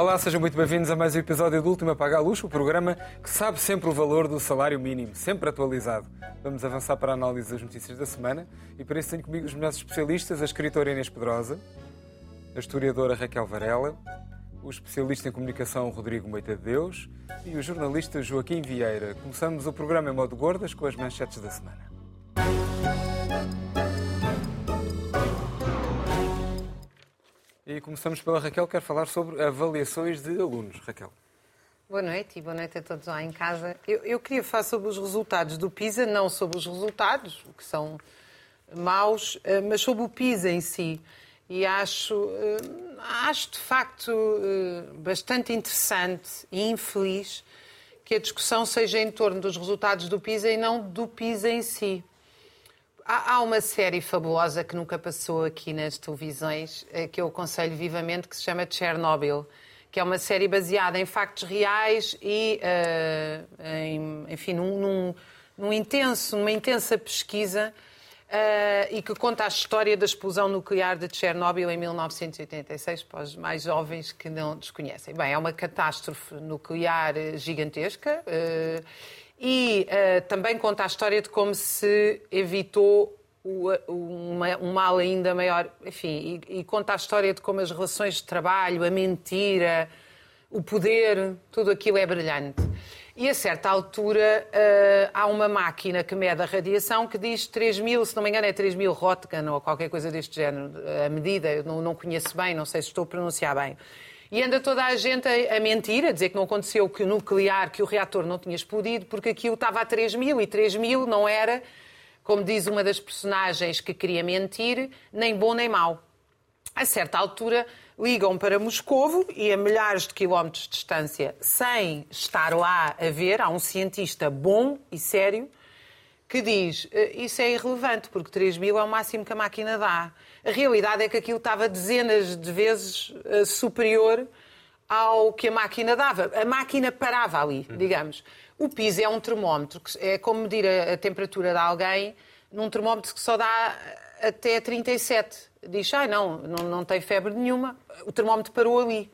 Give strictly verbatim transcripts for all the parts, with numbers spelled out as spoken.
Olá, sejam muito bem-vindos a mais um episódio do Último Apaga a Luz, o programa que sabe sempre o valor do salário mínimo, sempre atualizado. Vamos avançar para a análise das notícias da semana e para isso tenho comigo os melhores especialistas, a escritora Inês Pedrosa, a historiadora Raquel Varela, o especialista em comunicação Rodrigo Moita de Deus e o jornalista Joaquim Vieira. Começamos o programa em modo gordas com as manchetes da semana. E começamos pela Raquel, que quer falar sobre avaliações de alunos. Raquel. Boa noite e boa noite a todos lá em casa. Eu, eu queria falar sobre os resultados do PISA, não sobre os resultados, que são maus, mas sobre o PISA em si. E acho, acho de facto bastante interessante e infeliz que a discussão seja em torno dos resultados do PISA e não do PISA em si. Há uma série fabulosa que nunca passou aqui nas televisões, que eu aconselho vivamente, que se chama Chernobyl, que é uma série baseada em factos reais e, uh, em, enfim, num, num, num intenso, numa intensa pesquisa uh, e que conta a história da explosão nuclear de Chernobyl em mil novecentos e oitenta e seis, para os mais jovens que não desconhecem. Bem, é uma catástrofe nuclear gigantesca. Uh, E uh, também conta a história de como se evitou o, uma, um mal ainda maior. Enfim, e, e conta a história de como as relações de trabalho, a mentira, o poder, tudo aquilo é brilhante. E a certa altura uh, há uma máquina que mede a radiação que diz três mil, se não me engano é três mil Röntgen ou qualquer coisa deste género, a medida, eu não, não conheço bem, não sei se estou a pronunciar bem. E anda toda a gente a, a mentir, a dizer que não aconteceu, que o nuclear, que o reator não tinha explodido, porque aquilo estava a três mil e três mil não era, como diz uma das personagens que queria mentir, nem bom nem mau. A certa altura ligam para Moscovo e a milhares de quilómetros de distância, sem estar lá a ver, há um cientista bom e sério que diz isso é irrelevante, porque três mil é o máximo que a máquina dá. A realidade é que aquilo estava dezenas de vezes uh, superior ao que a máquina dava. A máquina parava ali, digamos. O PISA é um termómetro, que é como medir a, a temperatura de alguém num termómetro que só dá até trinta e sete. Diz, ah, não, não, não tem febre nenhuma. O termómetro parou ali.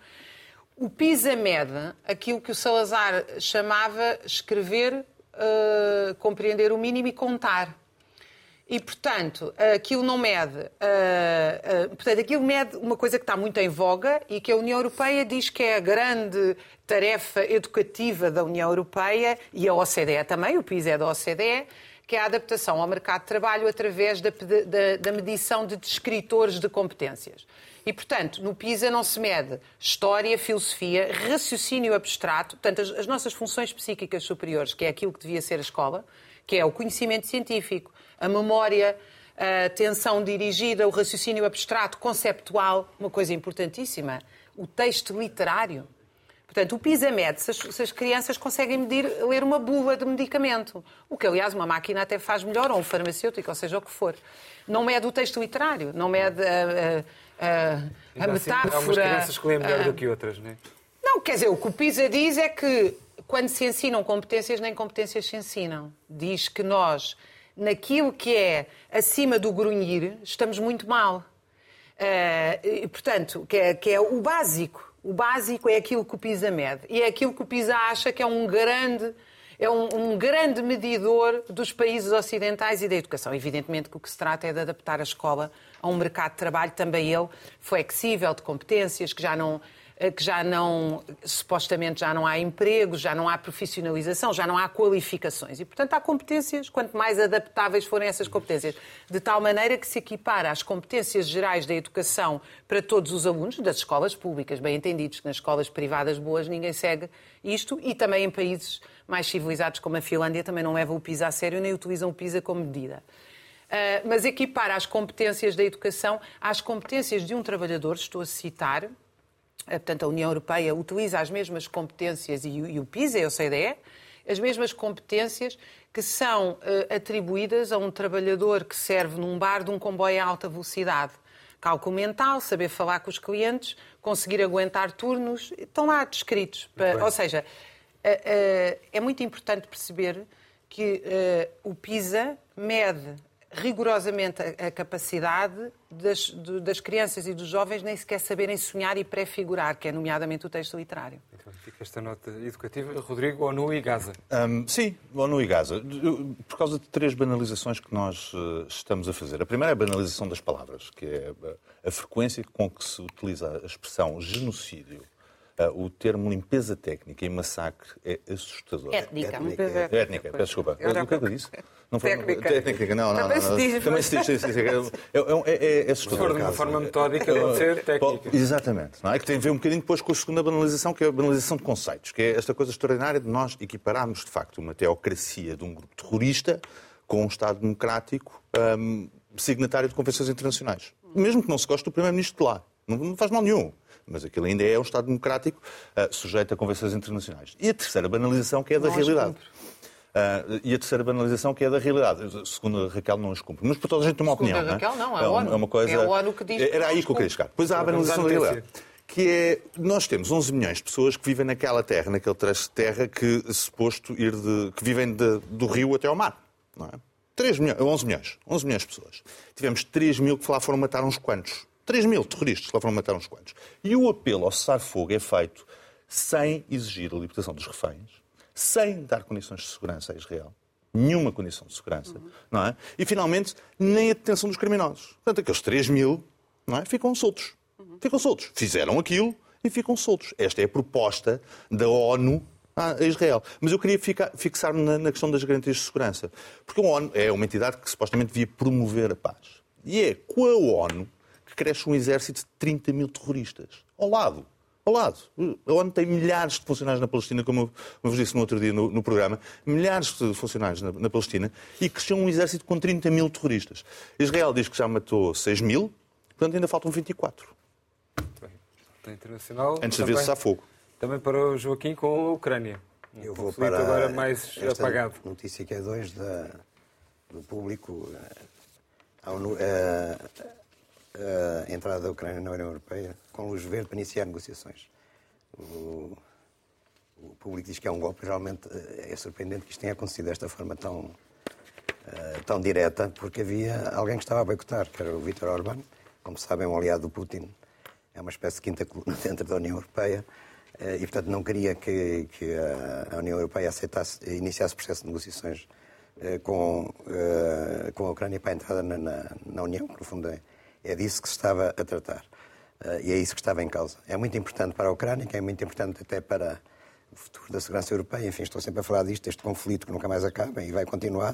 O PISA mede aquilo que o Salazar chamava escrever, uh, compreender o mínimo e contar. E, portanto, aquilo não mede... Uh, uh, portanto, aquilo mede uma coisa que está muito em voga e que a União Europeia diz que é a grande tarefa educativa da União Europeia e a O C D E também, o PISA é da O C D E, que é a adaptação ao mercado de trabalho através da, da, da medição de descritores de competências. E, portanto, no PISA não se mede história, filosofia, raciocínio abstrato, portanto, as, as nossas funções psíquicas superiores, que é aquilo que devia ser a escola, que é o conhecimento científico, a memória, a atenção dirigida, o raciocínio abstrato, conceptual, uma coisa importantíssima, o texto literário. Portanto, o PISA mede se as, se as crianças conseguem medir, ler uma bula de medicamento, o que, aliás, uma máquina até faz melhor, ou um farmacêutico, ou seja o que for. Não mede o texto literário, não mede a, a, a, a metáfora... Há umas crianças que lêem melhor do que outras, não é? Não, quer dizer, o que o PISA diz é que quando se ensinam competências, nem competências se ensinam. Diz que nós, naquilo que é acima do grunhir, estamos muito mal. Uh, e, portanto, que é, que é o básico. O básico é aquilo que o PISA mede. E é aquilo que o PISA acha que é um grande, é um, um grande medidor dos países ocidentais e da educação. Evidentemente que o que se trata é de adaptar a escola a um mercado de trabalho, também ele flexível, de competências, que já não... que já não, supostamente já não há empregos, já não há profissionalização, já não há qualificações. E, portanto, há competências, quanto mais adaptáveis forem essas competências, de tal maneira que se equipara às competências gerais da educação para todos os alunos das escolas públicas, bem entendidos, que nas escolas privadas boas ninguém segue isto, e também em países mais civilizados como a Finlândia também não levam o PISA a sério, nem utilizam o PISA como medida. Uh, mas equipara as competências da educação às competências de um trabalhador, estou a citar... Portanto, a União Europeia utiliza as mesmas competências, e o PISA e a O C D E, as mesmas competências que são uh, atribuídas a um trabalhador que serve num bar de um comboio a alta velocidade. Cálculo mental, saber falar com os clientes, conseguir aguentar turnos, estão lá descritos. Para, ou seja, uh, uh, é muito importante perceber que uh, o PISA mede rigorosamente a, a capacidade das, de, das crianças e dos jovens nem sequer saberem sonhar e pré-figurar, que é nomeadamente o texto literário. Então, fica esta nota educativa. Rodrigo, ONU e Gaza. Um, sim, ONU e Gaza. Por causa de três banalizações que nós uh, estamos a fazer. A primeira é a banalização das palavras, que é a, a frequência com que se utiliza a expressão genocídio. Uh, o termo limpeza técnica e massacre é assustador. Étnica. Étnica, é, étnica. Peço desculpa. O que é que eu disse? Não foi, técnica. Técnica, não, não. Também não, se diz. não. Também se diz. É, é, é, é assustador. Se for de uma forma metódica, pode ser técnica. Exatamente. Não é? Que tem a ver um bocadinho depois com a segunda banalização, que é a banalização de conceitos, que é esta coisa extraordinária de nós equipararmos, de facto, uma teocracia de um grupo terrorista com um Estado democrático um, signatário de convenções internacionais. Mesmo que não se goste do primeiro-ministro de lá. Não, não faz mal nenhum. Mas aquilo ainda é um Estado democrático uh, sujeito a convenções internacionais. E a terceira banalização, que é da realidade. Uh, e a terceira banalização, que é da realidade. Segundo a Raquel, não as cumpre. Mas por toda a gente tem uma Segundo opinião. a Raquel, não, não é, é a ONU. É uma coisa... É a ONU que diz que Era aí que eu queria chegar. Pois há a banalização da realidade. Que é, nós temos onze milhões de pessoas que vivem naquela terra, naquele trecho de terra que, suposto, ir de, que vivem de, do rio até ao mar. Não é? três milhões, onze milhões. onze milhões de pessoas. Tivemos três mil que lá foram matar uns quantos. três mil terroristas que lá foram matar uns quantos. E o apelo ao cessar-fogo é feito sem exigir a libertação dos reféns, sem dar condições de segurança a Israel. Nenhuma condição de segurança. Uhum. Não é? E, finalmente, nem a detenção dos criminosos. Portanto, aqueles três mil não é? ficam soltos. Uhum. Ficam soltos. Fizeram aquilo e ficam soltos. Esta é a proposta da ONU a Israel. Mas eu queria ficar, fixar-me na, na questão das garantias de segurança. Porque a ONU é uma entidade que supostamente devia promover a paz. E é com a ONU que cresce um exército de trinta mil terroristas. Ao lado. Ao lado. A ONU tem milhares de funcionários na Palestina, como eu vos disse no outro dia no, no programa, milhares de funcionários na, na Palestina, e cresceu um exército com trinta mil terroristas. Israel diz que já matou seis mil, portanto ainda faltam vinte e quatro. Bem, internacional, antes de haver cessar-fogo. Também para o Joaquim com a Ucrânia. Um eu vou para agora mais esta apagado. Notícia que é dois da, do público. A, ONU, a, a entrada da Ucrânia na União Europeia com luz verde para iniciar negociações. O, o público diz que é um golpe. Realmente é surpreendente que isto tenha acontecido desta forma tão, uh, tão direta, porque havia alguém que estava a boicotar, que era o Viktor Orbán. Como sabem, um aliado do Putin. É uma espécie de quinta coluna dentro da União Europeia. E, portanto, não queria que, que a União Europeia aceitasse, iniciasse o processo de negociações com, com a Ucrânia para a entrada na, na, na União, que, no fundo, é, é disso que se estava a tratar. E é isso que estava em causa. É muito importante para a Ucrânia, que é muito importante até para o futuro da segurança europeia. Enfim, estou sempre a falar disto, este conflito que nunca mais acaba e vai continuar.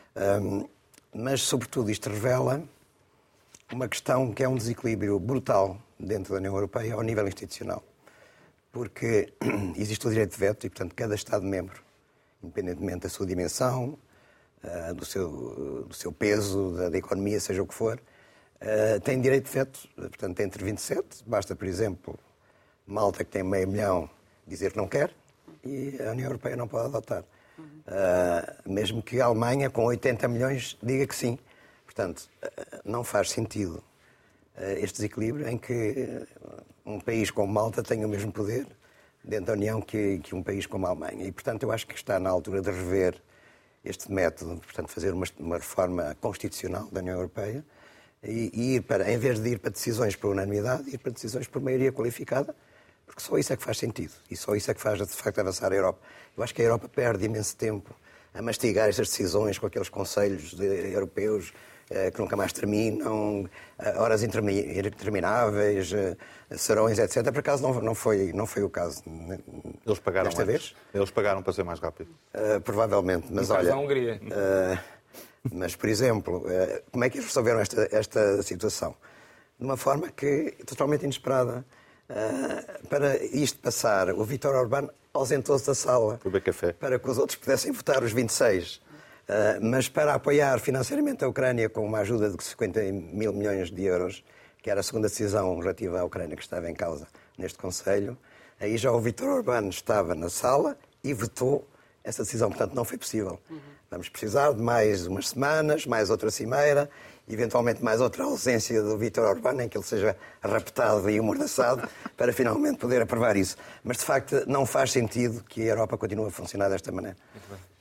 Mas, sobretudo, isto revela uma questão que é um desequilíbrio brutal dentro da União Europeia ao nível institucional. Porque existe o direito de veto e, portanto, cada Estado-membro, independentemente da sua dimensão, uh, do, seu, do seu peso, da, da economia, seja o que for, uh, tem direito de veto, portanto, entre vinte e sete. Basta, por exemplo, Malta, que tem meio milhão, dizer que não quer, e a União Europeia não pode adotar. Uh, mesmo que a Alemanha, com oitenta milhões, diga que sim. Portanto, uh, não faz sentido uh, este desequilíbrio em que um país como Malta tem o mesmo poder dentro da União que, que um país como a Alemanha. E, portanto, eu acho que está na altura de rever este método, portanto, fazer uma, uma reforma constitucional da União Europeia e, e ir para, em vez de ir para decisões por unanimidade, ir para decisões por maioria qualificada, porque só isso é que faz sentido e só isso é que faz, de facto, avançar a Europa. Eu acho que a Europa perde imenso tempo a mastigar estas decisões com aqueles conselhos de, europeus que nunca mais terminam, horas intermináveis, serões, etcétera. Por acaso não, não, foi, não foi o caso. Eles pagaram desta vez? Eles pagaram para ser mais rápido. Uh, provavelmente. Mas olha, a Hungria. Uh, mas, por exemplo, uh, como é que eles resolveram esta, esta situação? De uma forma que totalmente inesperada. Uh, para isto passar, o Viktor Orbán ausentou-se da sala Foi café. para que os outros pudessem votar os vinte e seis. Uh, mas para apoiar financeiramente a Ucrânia com uma ajuda de cinquenta mil milhões de euros, que era a segunda decisão relativa à Ucrânia que estava em causa neste Conselho, aí já o Viktor Orbán estava na sala e votou essa decisão. Portanto, não foi possível. Uhum. Vamos precisar de mais umas semanas, mais outra cimeira, eventualmente mais outra ausência do Viktor Orbán, em que ele seja raptado e amordaçado, para finalmente poder aprovar isso. Mas, de facto, não faz sentido que a Europa continue a funcionar desta maneira. Muito bem.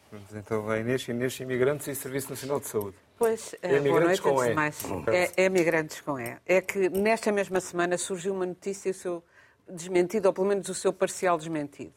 Vamos então a Inês, Inês, Imigrantes e Serviço Nacional de Saúde. Pois, é boa noite, com antes E. de mais. É, é Migrantes com E. É que nesta mesma semana surgiu uma notícia, o seu desmentido, ou pelo menos o seu parcial desmentido.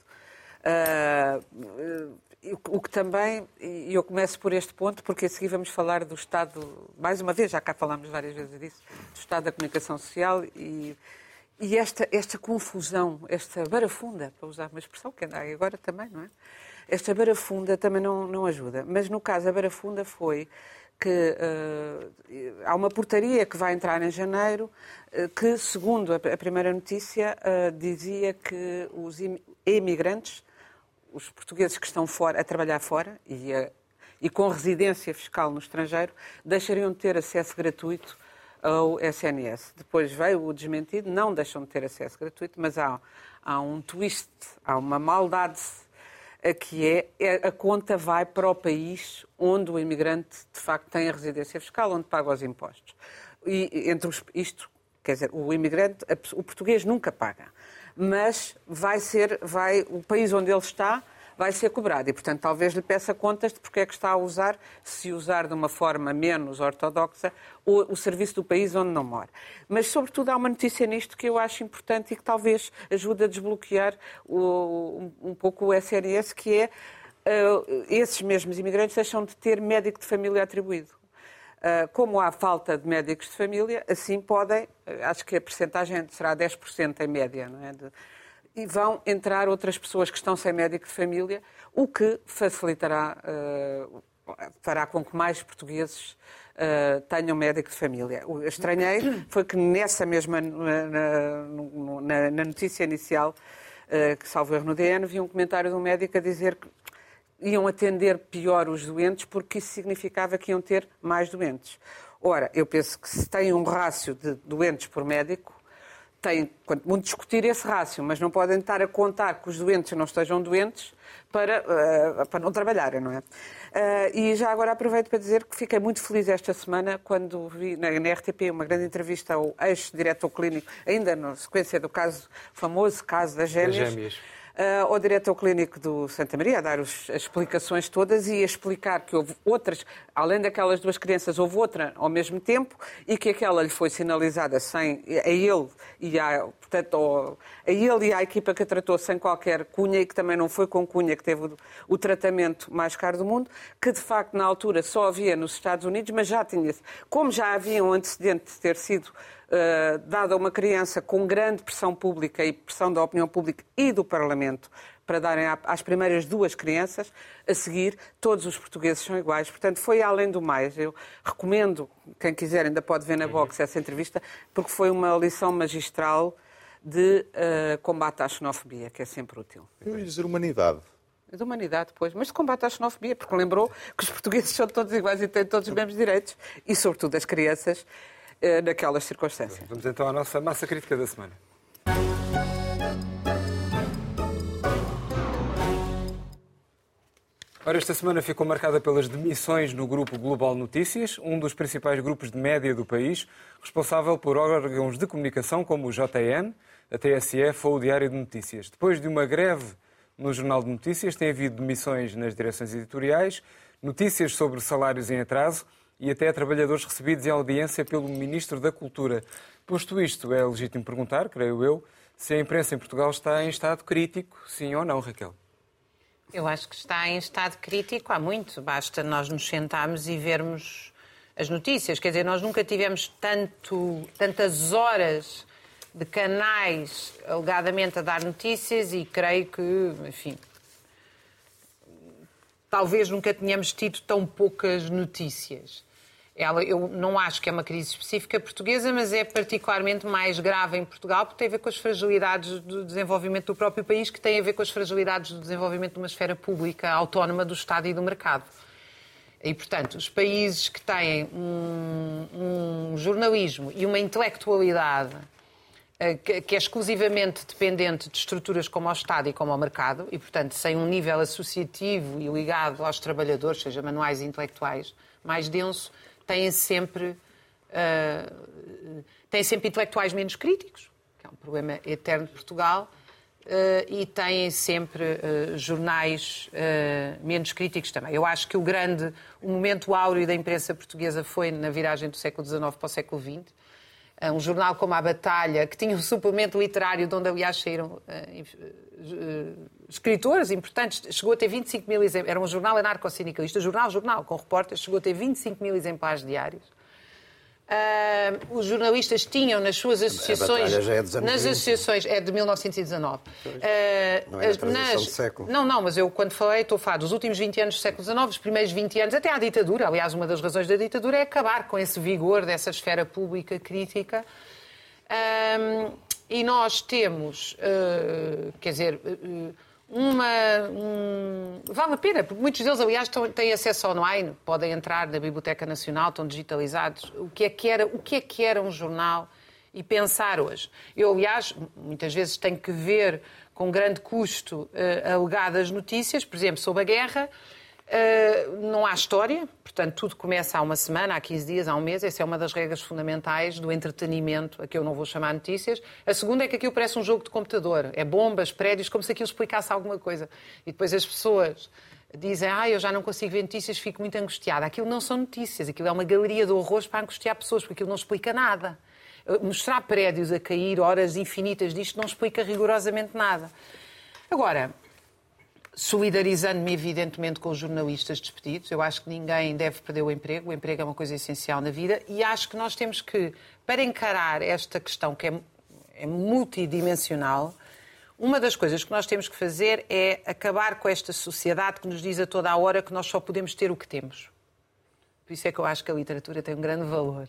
Uh, o que também, e eu começo por este ponto, porque a seguir vamos falar do Estado, mais uma vez, já cá falámos várias vezes disso, do Estado da Comunicação Social e... E esta, esta confusão, esta barafunda, para usar uma expressão que anda aí agora também, não é? Esta barafunda também não, não ajuda. Mas, no caso, a barafunda foi que uh, há uma portaria que vai entrar em janeiro uh, que, segundo a, a primeira notícia, uh, dizia que os imigrantes, os portugueses que estão fora, a trabalhar fora e, a, e com residência fiscal no estrangeiro, deixariam de ter acesso gratuito ao S N S. Depois veio o desmentido, não deixam de ter acesso gratuito, mas há, há um twist, há uma maldade, que é, é a conta vai para o país onde o imigrante de facto tem a residência fiscal, onde paga os impostos. E entre os, isto, quer dizer, o imigrante, o português nunca paga, mas vai ser, vai, o país onde ele está vai ser cobrado e, portanto, talvez lhe peça contas de porque é que está a usar, se usar de uma forma menos ortodoxa, o, o serviço do país onde não mora. Mas, sobretudo, há uma notícia nisto que eu acho importante e que talvez ajude a desbloquear o, um, um pouco o S N S, que é uh, esses mesmos imigrantes deixam de ter médico de família atribuído. Uh, como há falta de médicos de família, assim podem, acho que a percentagem será dez por cento em média, não é? De, e vão entrar outras pessoas que estão sem médico de família, o que facilitará, uh, fará com que mais portugueses uh, tenham médico de família. O estranhei foi que nessa mesma, na, na, na notícia inicial, uh, que salvo erro no D N, vi um comentário de um médico a dizer que iam atender pior os doentes porque isso significava que iam ter mais doentes. Ora, eu penso que se tem um rácio de doentes por médico, tem, quanto muito, discutir esse rácio, mas não podem estar a contar que os doentes não estejam doentes para, uh, para não trabalharem, não é? Uh, e já agora aproveito para dizer que fiquei muito feliz esta semana quando vi na, na R T P uma grande entrevista ao ex-diretor clínico, ainda na sequência do caso, famoso caso das gêmeas, das gêmeas. Uh, ao diretor clínico do Santa Maria, a dar os, as explicações todas e a explicar que houve outras, além daquelas duas crianças, houve outra ao mesmo tempo e que aquela lhe foi sinalizada sem, a ele e a, portanto, ao, a ele e à equipa que a tratou sem qualquer cunha e que também não foi com cunha que teve o, o tratamento mais caro do mundo, que de facto na altura só havia nos Estados Unidos, mas já tinha, como já havia um antecedente de ter sido Uh, dada a uma criança com grande pressão pública e pressão da opinião pública e do Parlamento para darem às primeiras duas crianças, a seguir, todos os portugueses são iguais. Portanto, foi além do mais. Eu recomendo, quem quiser ainda pode ver na Box essa entrevista, porque foi uma lição magistral de uh, combate à xenofobia, que é sempre útil. Eu ia dizer humanidade. De humanidade, depois, mas de combate à xenofobia, porque lembrou que os portugueses são todos iguais e têm todos os mesmos direitos, e sobretudo as crianças, naquelas circunstâncias. Vamos então à nossa massa crítica da semana. Ora, esta semana ficou marcada pelas demissões no Grupo Global Notícias, um dos principais grupos de média do país, responsável por órgãos de comunicação como o J N, a T S F ou o Diário de Notícias. Depois de uma greve no Jornal de Notícias, tem havido demissões nas direções editoriais, notícias sobre salários em atraso e até trabalhadores recebidos em audiência pelo Ministro da Cultura. Posto isto, é legítimo perguntar, creio eu, se a imprensa em Portugal está em estado crítico, sim ou não, Raquel? Eu acho que está em estado crítico há muito. Basta nós nos sentarmos e vermos as notícias. Quer dizer, nós nunca tivemos tanto, tantas horas de canais alegadamente a dar notícias e creio que, enfim, talvez nunca tenhamos tido tão poucas notícias. Ela, eu não acho que é uma crise específica portuguesa, mas é particularmente mais grave em Portugal porque tem a ver com as fragilidades do desenvolvimento do próprio país, que tem a ver com as fragilidades do desenvolvimento de uma esfera pública autónoma do Estado e do mercado. E, portanto, os países que têm um, um jornalismo e uma intelectualidade que é exclusivamente dependente de estruturas como o Estado e como o mercado, e, portanto, sem um nível associativo e ligado aos trabalhadores, seja manuais e intelectuais, mais denso, têm sempre, uh, têm sempre intelectuais menos críticos, que é um problema eterno de Portugal, e têm sempre uh, jornais uh, menos críticos também. Eu acho que o grande, o momento áureo da imprensa portuguesa foi na viragem do século dezenove para o século vinte. Uh, um jornal como A Batalha, que tinha um suplemento literário, de onde, aliás, saíram uh, uh, escritores importantes, chegou a ter vinte e cinco mil exemplares. Era um jornal anarco-sindicalista, jornal, jornal, com repórteres, chegou a ter vinte e cinco mil exemplares diários. Uh, os jornalistas tinham nas suas associações... A já é dos anos nas vinte. associações... É de mil novecentos e dezanove. Uh, não é na transição nas, de século. Não, não, mas eu quando falei, estou a falar dos últimos vinte anos do século dezenove, os primeiros vinte anos, até à ditadura. Aliás, uma das razões da ditadura é acabar com esse vigor dessa esfera pública crítica. Um, e nós temos, uh, quer dizer... Uh, Uma, um... Vale a pena, porque muitos deles, aliás, têm acesso online, podem entrar na Biblioteca Nacional, estão digitalizados. O que é que era, o que é que era um jornal e pensar hoje? Eu, aliás, muitas vezes tenho que ver com grande custo uh, alegadas notícias, por exemplo, sobre a guerra. Uh, não há história, portanto, tudo começa há uma semana, há quinze dias, há um mês. Essa é uma das regras fundamentais do entretenimento, a que eu não vou chamar notícias. A segunda é que aquilo parece um jogo de computador. É bombas, prédios, como se aquilo explicasse alguma coisa. E depois as pessoas dizem, ah, eu já não consigo ver notícias, fico muito angustiada. Aquilo não são notícias, aquilo é uma galeria de horrores para angustiar pessoas, porque aquilo não explica nada. Mostrar prédios a cair, horas infinitas disto, não explica rigorosamente nada. Agora... solidarizando-me, evidentemente, com os jornalistas despedidos. Eu acho que ninguém deve perder o emprego. O emprego é uma coisa essencial na vida e acho que nós temos que, para encarar esta questão que é, é multidimensional, uma das coisas que nós temos que fazer é acabar com esta sociedade que nos diz a toda a hora que nós só podemos ter o que temos. Por isso é que eu acho que a literatura tem um grande valor.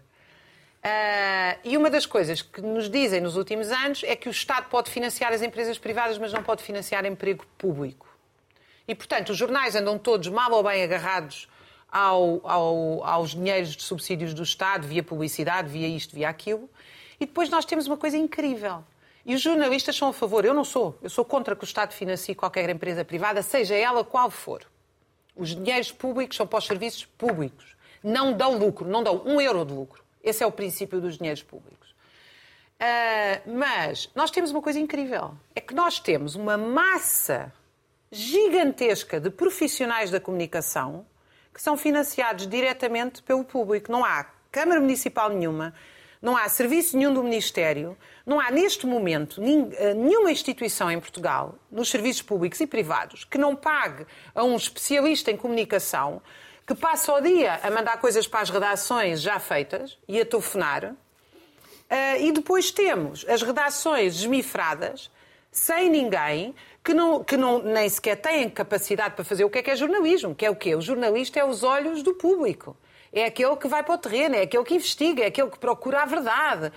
Uh, e uma das coisas que nos dizem nos últimos anos é que o Estado pode financiar as empresas privadas, mas não pode financiar emprego público. E, portanto, os jornais andam todos mal ou bem agarrados ao, ao, aos dinheiros de subsídios do Estado, via publicidade, via isto, via aquilo. E depois nós temos uma coisa incrível. E os jornalistas são a favor. Eu não sou. Eu sou contra que o Estado financie qualquer empresa privada, seja ela qual for. Os dinheiros públicos são para os serviços públicos. Não dão lucro, não dão um euro de lucro. Esse é o princípio dos dinheiros públicos. Uh, mas nós temos uma coisa incrível. É que nós temos uma massa... gigantesca de profissionais da comunicação que são financiados diretamente pelo público. Não há Câmara Municipal nenhuma, não há serviço nenhum do Ministério, não há neste momento nenhuma instituição em Portugal, nos serviços públicos e privados, que não pague a um especialista em comunicação que passa o dia a mandar coisas para as redações já feitas e a telefonar. E depois temos as redações esmifradas, sem ninguém, que, não, que não, nem sequer têm capacidade para fazer o que é que é jornalismo. Que é o quê? O jornalista é os olhos do público. É aquele que vai para o terreno, é aquele que investiga, é aquele que procura a verdade.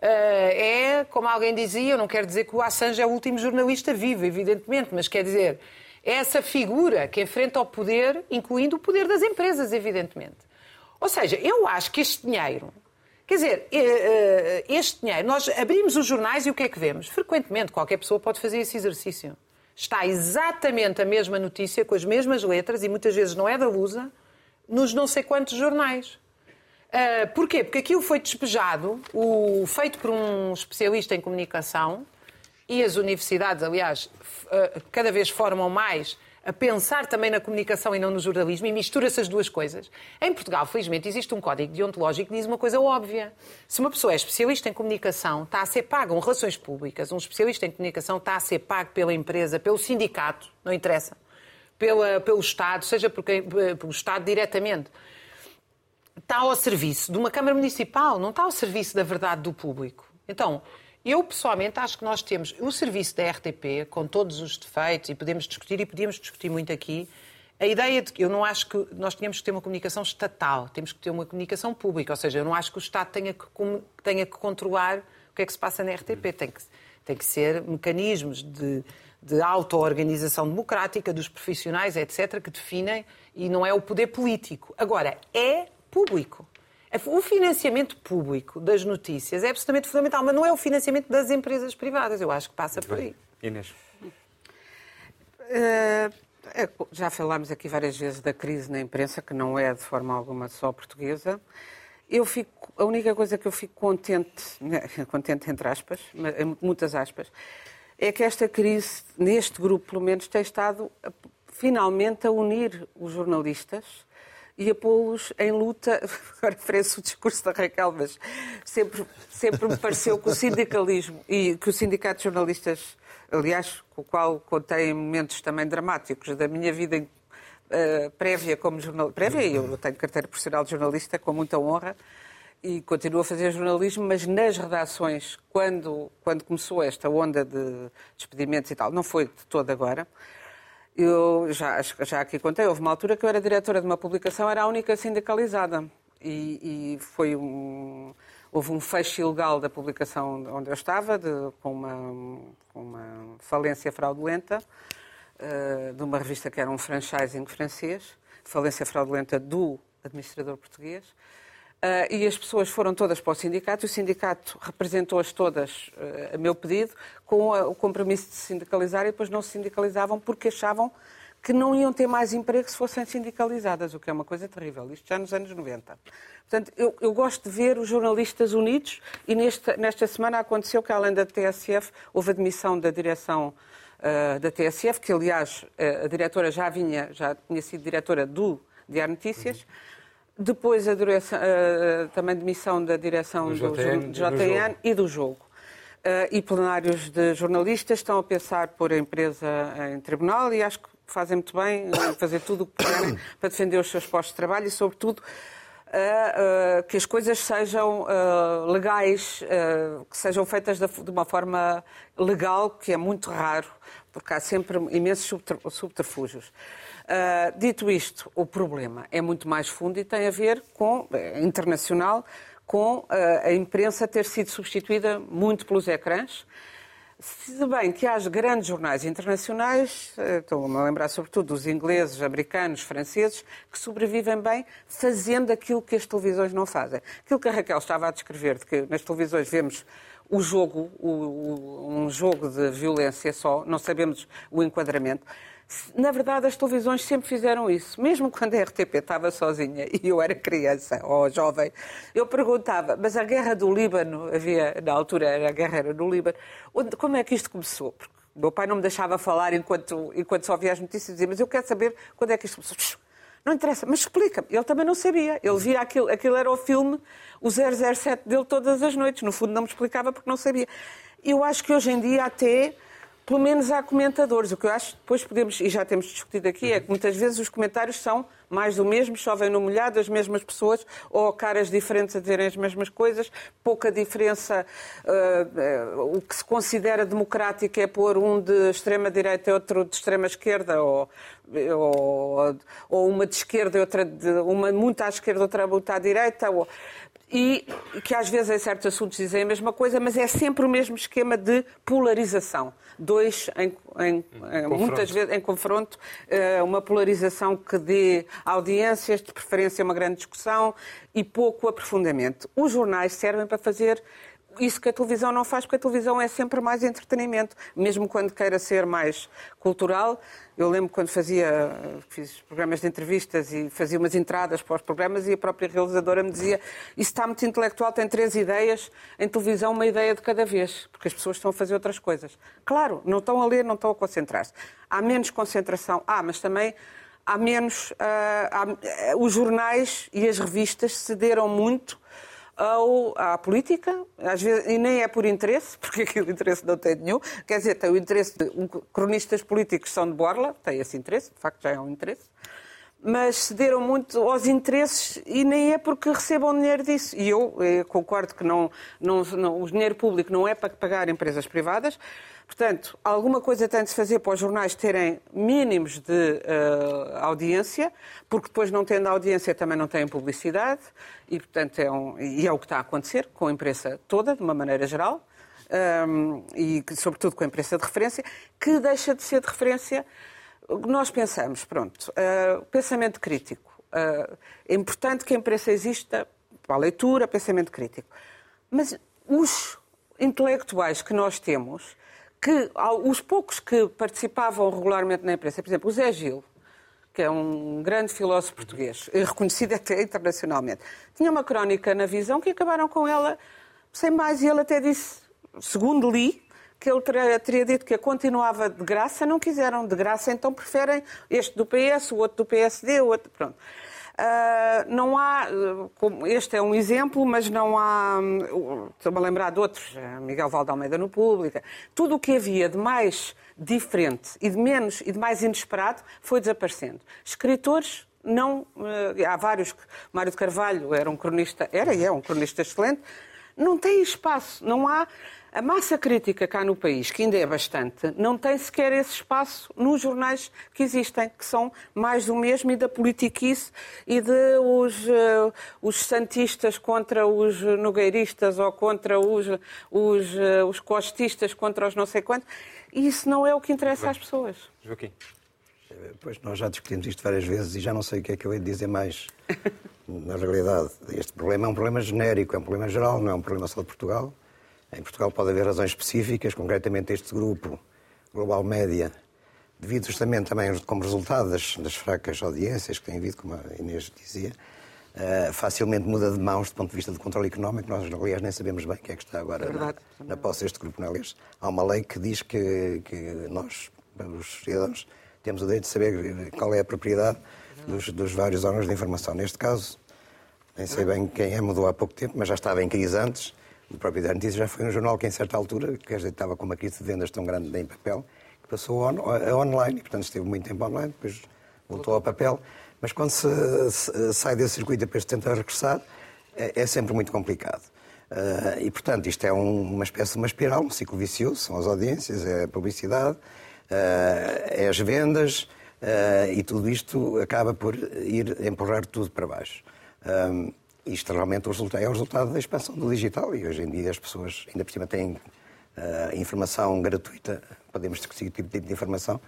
É, como alguém dizia, eu não quero dizer que o Assange é o último jornalista vivo, evidentemente, mas quer dizer, é essa figura que enfrenta o poder, incluindo o poder das empresas, evidentemente. Ou seja, eu acho que este dinheiro... Quer dizer, este dinheiro, nós abrimos os jornais e o que é que vemos? Frequentemente, qualquer pessoa pode fazer esse exercício. Está exatamente a mesma notícia, com as mesmas letras, e muitas vezes não é da Lusa, nos não sei quantos jornais. Porquê? Porque aquilo foi despejado, o, feito por um especialista em comunicação, e as universidades, aliás, cada vez formam mais a pensar também na comunicação e não no jornalismo, e mistura-se as duas coisas. Em Portugal, felizmente, existe um código deontológico que diz uma coisa óbvia. Se uma pessoa é especialista em comunicação, está a ser paga, um relações públicas, um especialista em comunicação está a ser pago pela empresa, pelo sindicato, não interessa, pela, pelo Estado, seja por quem, pelo Estado diretamente, está ao serviço de uma Câmara Municipal, não está ao serviço da verdade do público. Então... eu, pessoalmente, acho que nós temos o serviço da R T P, com todos os defeitos, e podemos discutir, e podíamos discutir muito aqui, a ideia de que eu não acho que nós tínhamos que ter uma comunicação estatal, temos que ter uma comunicação pública, ou seja, eu não acho que o Estado tenha que, tenha que controlar o que é que se passa na R T P, tem que, tem que ser mecanismos de, de auto-organização democrática dos profissionais, etcétera, que definem, e não é o poder político. Agora, é público. O financiamento público das notícias é absolutamente fundamental, mas não é o financiamento das empresas privadas. Eu acho que passa por aí. Inês. Uh, já falámos aqui várias vezes da crise na imprensa, que não é de forma alguma só portuguesa. Eu fico, a única coisa que eu fico contente, contente entre aspas, muitas aspas, é que esta crise, neste grupo pelo menos, tem estado finalmente a unir os jornalistas e a pô-los em luta. Agora parece o discurso da Raquel, mas sempre, sempre me pareceu que o sindicalismo e que o Sindicato de Jornalistas, aliás, com o qual contei momentos também dramáticos da minha vida uh, prévia como jornalista, prévia, eu tenho carteira profissional de jornalista com muita honra e continuo a fazer jornalismo, mas nas redações, quando, quando começou esta onda de despedimentos e tal, não foi de todo agora. Eu já, já aqui contei, houve uma altura que eu era diretora de uma publicação, era a única sindicalizada. E, e foi um, houve um fecho ilegal da publicação onde eu estava, de, com, uma, com uma falência fraudulenta, uh, de uma revista que era um franchising francês, falência fraudulenta do administrador português. Uh, e as pessoas foram todas para o sindicato, e o sindicato representou-as todas uh, a meu pedido, com a, o compromisso de se sindicalizar, e depois não se sindicalizavam porque achavam que não iam ter mais emprego se fossem sindicalizadas, o que é uma coisa terrível. Isto já nos anos noventa. Portanto, eu, eu gosto de ver os jornalistas unidos, e nesta, nesta semana aconteceu que, além da T S F, houve a demissão da direção uh, da T S F, que, aliás, uh, a diretora já vinha, já tinha sido diretora do Diário Notícias. Depois a, direção, uh, também demissão da direção do, do J T N, do J T N e do Jogo. Uh, e plenários de jornalistas estão a pensar pôr a empresa em tribunal, e acho que fazem muito bem em fazer tudo o que puderem para defender os seus postos de trabalho e, sobretudo, uh, uh, que as coisas sejam uh, legais, uh, que sejam feitas de, de uma forma legal, que é muito raro, porque há sempre imensos subterfúgios. Uh, dito isto, o problema é muito mais fundo e tem a ver com, é, internacional, com uh, a imprensa ter sido substituída muito pelos ecrãs. Se bem que há grandes jornais internacionais, uh, estou-me a lembrar sobretudo dos ingleses, americanos, franceses, que sobrevivem bem fazendo aquilo que as televisões não fazem. Aquilo que a Raquel estava a descrever, de que nas televisões vemos o jogo, o, o, um jogo de violência só, não sabemos o enquadramento. Na verdade, as televisões sempre fizeram isso. Mesmo quando a R T P estava sozinha e eu era criança ou jovem, eu perguntava, mas a guerra do Líbano, havia, na altura era a guerra era no Líbano, onde, como é que isto começou? Porque o meu pai não me deixava falar enquanto, enquanto só via as notícias e dizia, mas eu quero saber quando é que isto começou. Não interessa, mas explica-me. Ele também não sabia. Ele via aquilo, aquilo era o filme, o zero zero sete dele todas as noites. No fundo não me explicava porque não sabia. Eu acho que hoje em dia até... Pelo menos há comentadores. O que eu acho, depois podemos, e já temos discutido aqui, é que muitas vezes os comentários são mais do mesmo, chovem no molhado, as mesmas pessoas, ou caras diferentes a dizerem as mesmas coisas, pouca diferença. Uh, uh, o que se considera democrático é pôr um de extrema-direita e outro de extrema-esquerda, ou, ou, ou uma de esquerda e outra de... uma muito à esquerda, outra muito à direita, ou... E que às vezes em certos assuntos dizem a mesma coisa, mas é sempre o mesmo esquema de polarização. Dois, em, em, em, muitas vezes, em confronto, uma polarização que dê audiências, de preferência uma grande discussão e pouco aprofundamento. Os jornais servem para fazer isso que a televisão não faz, porque a televisão é sempre mais entretenimento, mesmo quando queira ser mais cultural. Eu lembro quando fazia, fiz programas de entrevistas e fazia umas entradas para os programas e a própria realizadora me dizia, isso está muito intelectual, tem três ideias, em televisão uma ideia de cada vez, porque as pessoas estão a fazer outras coisas. Claro, não estão a ler, não estão a concentrar-se. Há menos concentração, ah, mas também há menos... Uh, há, os jornais e as revistas cederam muito Ao, à política, às vezes, e nem é por interesse, porque aquele interesse não tem nenhum. Quer dizer, tem o interesse de um, cronistas políticos são de borla, tem esse interesse, de facto já é um interesse, mas cederam muito aos interesses e nem é porque recebam dinheiro disso. E eu, eu concordo que não, não, não, o dinheiro público não é para pagar empresas privadas. Portanto, alguma coisa tem de se fazer para os jornais terem mínimos de uh, audiência, porque depois, não tendo audiência, também não têm publicidade, e, portanto, é, um, e é o que está a acontecer com a imprensa toda, de uma maneira geral, um, e sobretudo com a imprensa de referência, que deixa de ser de referência. Nós pensamos, pronto, uh, pensamento crítico. Uh, é importante que a imprensa exista para a leitura, pensamento crítico. Mas os intelectuais que nós temos... que os poucos que participavam regularmente na imprensa, por exemplo, o Zé Gil, que é um grande filósofo português, reconhecido até internacionalmente, tinha uma crónica na Visão que acabaram com ela sem mais, e ele até disse, segundo li, que ele teria, teria dito que a continuava de graça, não quiseram de graça, então preferem este do P S, o outro do P S D, o outro... Pronto. Uh, não há, como este é um exemplo, mas não há, estou-me a lembrar de outros, Miguel Valde Almeida no Pública, tudo o que havia de mais diferente e de menos e de mais inesperado foi desaparecendo. Escritores, não, uh, há vários, Mário de Carvalho era um cronista, era e é um cronista excelente, não tem espaço, não há... A massa crítica cá no país, que ainda é bastante, não tem sequer esse espaço nos jornais que existem, que são mais do mesmo e da politiquice e de os, uh, os santistas contra os nogueiristas ou contra os, os, uh, os costistas contra os não sei quantos. E isso não é o que interessa às pessoas. Joaquim. Pois nós já discutimos isto várias vezes e já não sei o que é que eu hei de dizer mais. Na realidade, este problema é um problema genérico, é um problema geral, não é um problema só de Portugal. Em Portugal pode haver razões específicas, concretamente este grupo, Global Média, devido justamente também como resultado das, das fracas audiências que tem havido, como a Inês dizia, uh, facilmente muda de mãos do ponto de vista do controle económico. Nós, aliás, nem sabemos bem o que é que está agora na, na posse deste grupo. Não é? Aliás, há uma lei que diz que, que nós, os cidadãos, temos o direito de saber qual é a propriedade dos, dos vários órgãos de informação. Neste caso, nem sei bem quem é, mudou há pouco tempo, mas já estava em crise antes. O próprio Diário de Notícias já foi um jornal que, em certa altura, quer dizer, estava com uma crise de vendas tão grande em papel, que passou on, a online, e, portanto, esteve muito tempo online, depois voltou ao papel. Mas quando se, se sai desse circuito e depois tenta regressar, é, é sempre muito complicado. Uh, e, portanto, isto é um, uma espécie de uma espiral, um ciclo vicioso, são as audiências, é a publicidade, uh, é as vendas, uh, e tudo isto acaba por ir empurrar tudo para baixo. Um, Isto realmente é o resultado da expansão do digital e hoje em dia as pessoas ainda por cima têm uh, informação gratuita, podemos discutir que tipo de informação,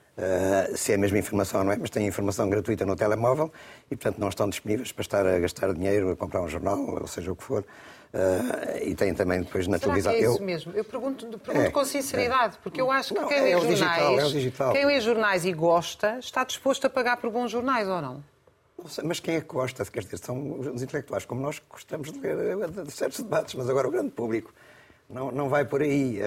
uh, se é a mesma informação ou não é, mas têm informação gratuita no telemóvel e portanto não estão disponíveis para estar a gastar dinheiro, a comprar um jornal, ou seja o que for, uh, e têm também depois na Será televisão. Que é isso eu... mesmo? Eu pergunto, pergunto é, com sinceridade, é. porque eu acho que não, quem é lê o jornais, digital, é o digital. quem lê jornais e gosta, está disposto a pagar por bons jornais ou não? Mas quem é que gosta? Quer dizer, são os intelectuais, como nós gostamos de ler de certos debates, mas agora o grande público não, não vai por aí.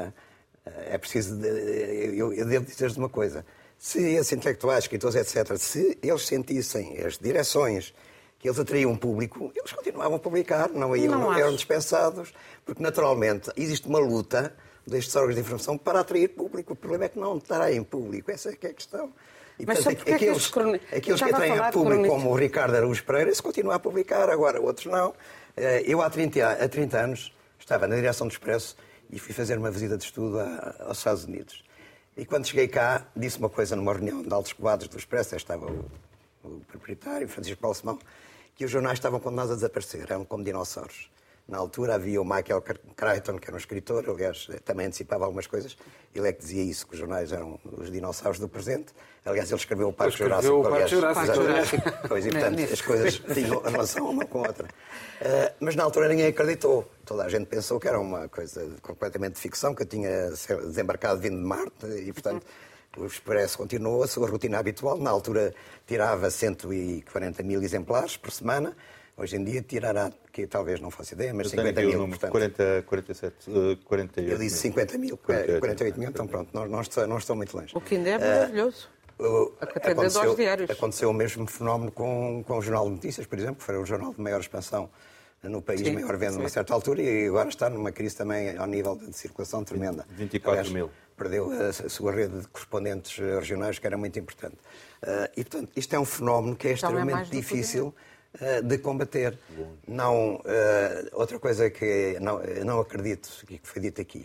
É preciso... De, eu, eu devo dizer-vos uma coisa. Se esses intelectuais, escritores, etcétera, se eles sentissem as direções que eles atraíam um público, eles continuavam a publicar, não, iam, não eram dispensados, porque naturalmente existe uma luta destes órgãos de informação para atrair público. O problema é que não atraem público, essa é que é a questão. E, mas portanto, aqueles, aqueles, croni... aqueles que atraem a público, como o Ricardo Araújo Pereira, se continua a publicar, agora outros não. Eu, há trinta anos, estava na direção do Expresso e fui fazer uma visita de estudo aos Estados Unidos. E quando cheguei cá, disse uma coisa numa reunião de altos quadros do Expresso, estava o, o proprietário, Francisco Paulo Simão, que os jornais estavam condenados a desaparecer, eram como dinossauros. Na altura havia o Michael Crichton, que era um escritor, aliás, também antecipava algumas coisas. Ele é que dizia isso, que os jornais eram os dinossauros do presente. Aliás, ele escreveu o Parque Jurássico. O Parque Jurássico. Pois, e, portanto, as coisas tinham relação uma com a outra. Uh, mas na altura ninguém acreditou. Toda a gente pensou que era uma coisa completamente de ficção, que eu tinha desembarcado vindo de Marte e, portanto, o Expresso continuou a sua rotina habitual. Na altura tirava cento e quarenta mil exemplares por semana. Hoje em dia tirará, que talvez não faça ideia, mas cinquenta mil. Portanto, quarenta, quarenta e sete, quarenta e oito. Eu disse cinquenta mil, quarenta e oito mil, então pronto, não, não, estou, não estou muito longe. O que ainda é maravilhoso. Uh, a aconteceu, aos diários. Aconteceu o mesmo fenómeno com, com o Jornal de Notícias, por exemplo, que foi o jornal de maior expansão no país, sim, maior venda a uma certa altura, e agora está numa crise também ao nível de circulação tremenda. vinte e quatro mil. Perdeu a, a sua rede de correspondentes regionais, que era muito importante. Uh, e, portanto, isto é um fenómeno que é então extremamente é difícil de combater. Não, uh, outra coisa que não, não acredito que foi dito aqui,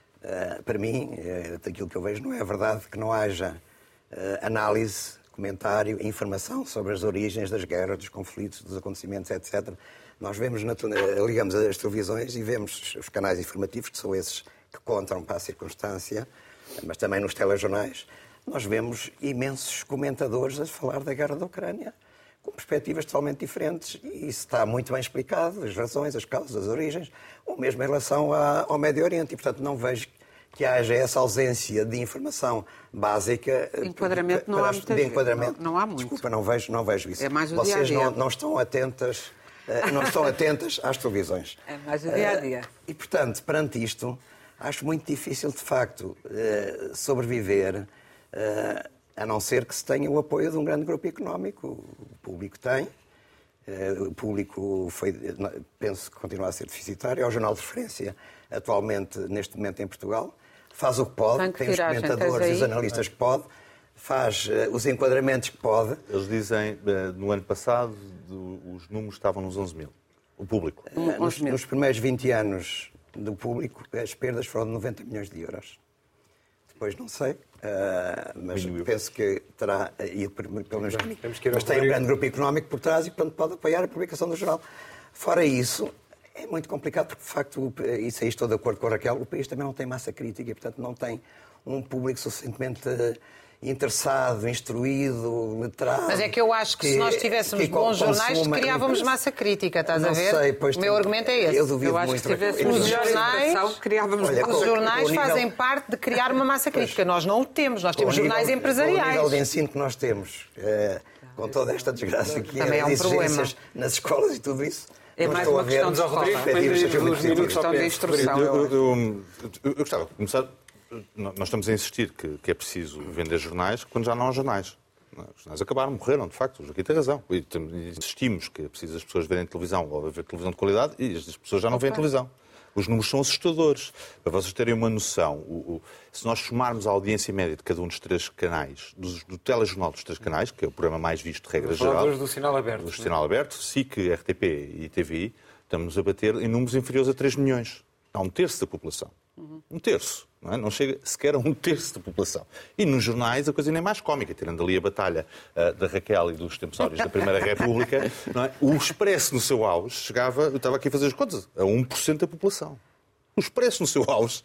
uh, para mim, uh, daquilo que eu vejo, não é verdade que não haja uh, análise, comentário, informação sobre as origens das guerras, dos conflitos, dos acontecimentos, etcétera. Nós vemos, ligamos as televisões e vemos os canais informativos, que são esses que contam para a circunstância, mas também nos telejornais, nós vemos imensos comentadores a falar da guerra da Ucrânia, com perspectivas totalmente diferentes, e isso está muito bem explicado, as razões, as causas, as origens, ou mesmo em relação ao Médio Oriente. E, portanto, não vejo que haja essa ausência de informação básica. Enquadramento para, não para há muitas enquadramento. Não, não há muito. Desculpa, não vejo, não vejo isso. É mais o Vocês dia a dia. Não, não estão atentas, não estão atentas às televisões. É mais o dia a dia. E, portanto, perante isto, Acho muito difícil, de facto, sobreviver, a não ser que se tenha o apoio de um grande grupo económico. O público tem. O público foi, penso que continua a ser deficitário. É o jornal de referência, atualmente, neste momento, em Portugal. Faz o que pode, tem, que tem os comentadores e os analistas que pode, faz os enquadramentos que pode. Eles dizem, no ano passado, os números estavam nos onze mil. O público. Nos, nos primeiros vinte anos do público, as perdas foram de noventa milhões de euros. Depois não sei, uh, mas Minuiu. penso que terá ido pelo menos caminho. Mas tem um grande grupo económico por trás e, portanto, pode apoiar a publicação do jornal. Fora isso, é muito complicado, porque, de facto, isso aí estou de acordo com a Raquel, o país também não tem massa crítica e, portanto, não tem um público suficientemente interessado, instruído, letrado. Mas é que eu acho que, que se nós tivéssemos que bons jornais, criávamos massa crítica, estás não a ver? Sei, pois o meu argumento é esse. Eu duvido eu acho muito. Que se tivéssemos os jornais, criávamos Olha, os jornais nível... fazem parte de criar uma massa crítica. Pois. Nós não o temos, nós temos nível, jornais empresariais. Com o nível de ensino que nós temos, é, com toda esta desgraça que também é, é um exigências nas escolas e tudo isso, é mais uma questão de questão de instrução. Eu, eu, eu, eu gostava de começar... Nós estamos a insistir que, que é preciso vender jornais quando já não há jornais. Os jornais acabaram, morreram, de facto. O Joaquim tem razão. E insistimos que é preciso as pessoas verem televisão ou ver televisão de qualidade e as pessoas já não veem televisão. Os números são assustadores. Para vocês terem uma noção, o, o, se nós somarmos a audiência média de cada um dos três canais, do, do telejornal dos três canais, que é o programa mais visto de regra geral... do sinal aberto. Do sinal aberto, S I C, R T P e T V I, estamos a bater em números inferiores a três milhões. Há um terço da população. Um terço. Não, é? Não chega sequer a um terço da população. E nos jornais a coisa nem é mais cómica, tirando ali a batalha uh, da Raquel e dos tempos áureos da Primeira República, não é? O Expresso no seu auge chegava, eu estava aqui a fazer as contas, a um por cento da população. O Expresso no seu auge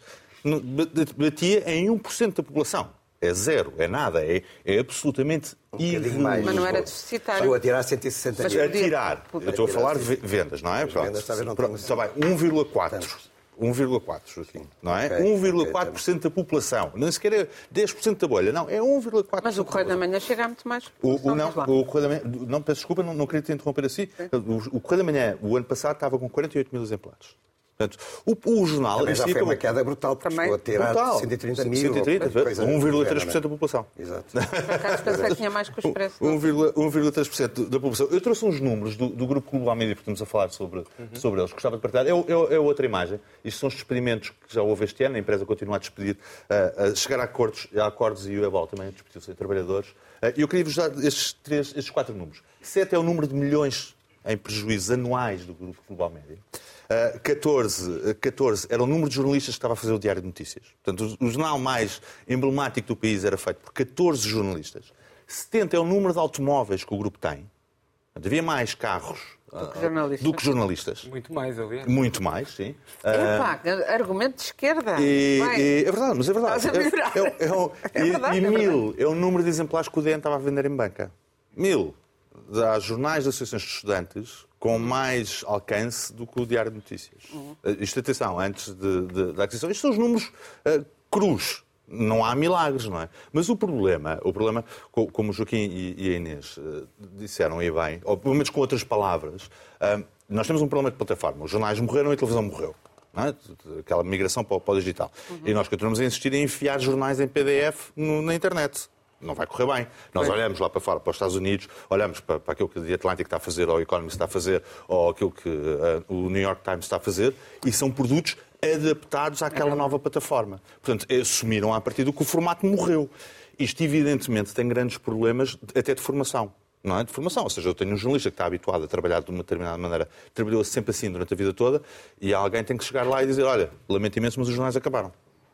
batia em um por cento da população. É zero, é nada, é, é absolutamente um irrelevante. Mas não era deficitário. Chegou a tirar cento e sessenta mil. A tirar, eu estou a falar de vendas, não é? Pronto. Está bem, um vírgula quatro. um vírgula quatro, Joaquim, não é? Okay, um vírgula quatro por cento okay, da população. Nem sequer é dez por cento da bolha. Não, é um vírgula quatro por cento. Mas o Correio da Manhã chega a muito mais. O, o, não, o Correio da Manhã... Não, peço desculpa, não, não queria te interromper assim. O, o Correio da Manhã, o ano passado, estava com quarenta e oito mil exemplares. Portanto, o, o jornal... Também já foi uma queda brutal, porque chegou a tirar cento e trinta mil. cento e trinta, um vírgula três por cento da população. Exato. Por acaso pensei que tinha mais que o Expresso. um vírgula três por cento da população. Eu trouxe uns números do, do Grupo Global Média, porque estamos a falar sobre, uhum. sobre eles. Gostava de partilhar. É, é, é outra imagem. Isto são os despedimentos que já houve este ano. A empresa continua a despedir, a, a chegar a acordos, a acordos e o EBOL também despediu-se de trabalhadores. E eu queria-vos dar estes, três, estes quatro números. Sete é o número de milhões em prejuízos anuais do Grupo Global Média. Uh, catorze, catorze era o número de jornalistas que estava a fazer o Diário de Notícias. Portanto, o, o jornal mais emblemático do país era feito por catorze jornalistas. setenta é o número de automóveis que o grupo tem. Portanto, havia mais carros do que jornalistas. Do que jornalistas. Muito mais, aliás. Muito mais, sim. Epá, uh, argumento de esquerda. E, e, é verdade, mas é verdade. É, é, é, é, é verdade, e, e é mil é o número de exemplares que o D N estava a vender em banca. Mil. Há jornais de associações de estudantes com mais alcance do que o Diário de Notícias. Uhum. Isto, atenção, antes de, de, da aquisição, isto são os números uh, crus. Não há milagres, não é? Mas o problema, o problema como o Joaquim e a Inês uh, disseram aí bem, ou pelo menos com outras palavras, uh, nós temos um problema de plataforma. Os jornais morreram e a televisão morreu. Não é? Aquela migração para o, para o digital. Uhum. E nós continuamos a insistir em enfiar jornais em P D F no, na internet. Não vai correr bem. Nós olhamos lá para fora, para os Estados Unidos, olhamos para, para aquilo que o The Atlantic está a fazer, ou o Economist está a fazer, ou aquilo que uh, o New York Times está a fazer, e são produtos adaptados àquela nova plataforma. Portanto, assumiram a partir do que o formato morreu. Isto, evidentemente, tem grandes problemas até de formação. Não é de formação. Ou seja, eu tenho um jornalista que está habituado a trabalhar de uma determinada maneira, trabalhou sempre assim durante a vida toda, e alguém tem que chegar lá e dizer, olha, lamento imenso, mas os jornais acabaram.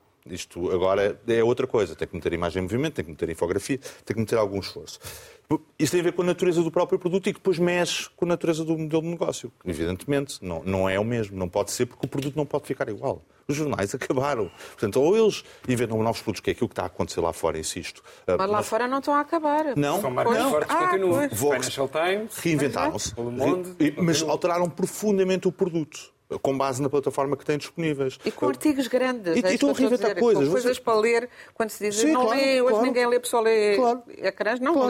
Isto agora é outra coisa. Tem que meter imagem em movimento, tem que meter infografia, tem que meter algum esforço. Isto tem a ver com a natureza do próprio produto e que depois mexe com a natureza do modelo de negócio. Evidentemente, não, não é o mesmo. Não pode ser porque o produto não pode ficar igual. Os jornais acabaram. Portanto, ou eles inventam novos produtos, que é aquilo que está a acontecer lá fora, insisto. Mas lá Nós... fora não estão a acabar. Não, são marcas não. fortes, ah, continuam. Vox, Financial Times, reinventaram-se, o Le Monde, mas alteraram profundamente o produto, com base na plataforma que têm disponíveis. E com artigos grandes. E, é e estão a reinventar coisas. Com coisas Você... para ler, quando se diz Sim, não claro, lê, hoje claro. ninguém lê, pessoal lê claro. ecrãs, não claro. lê. Mas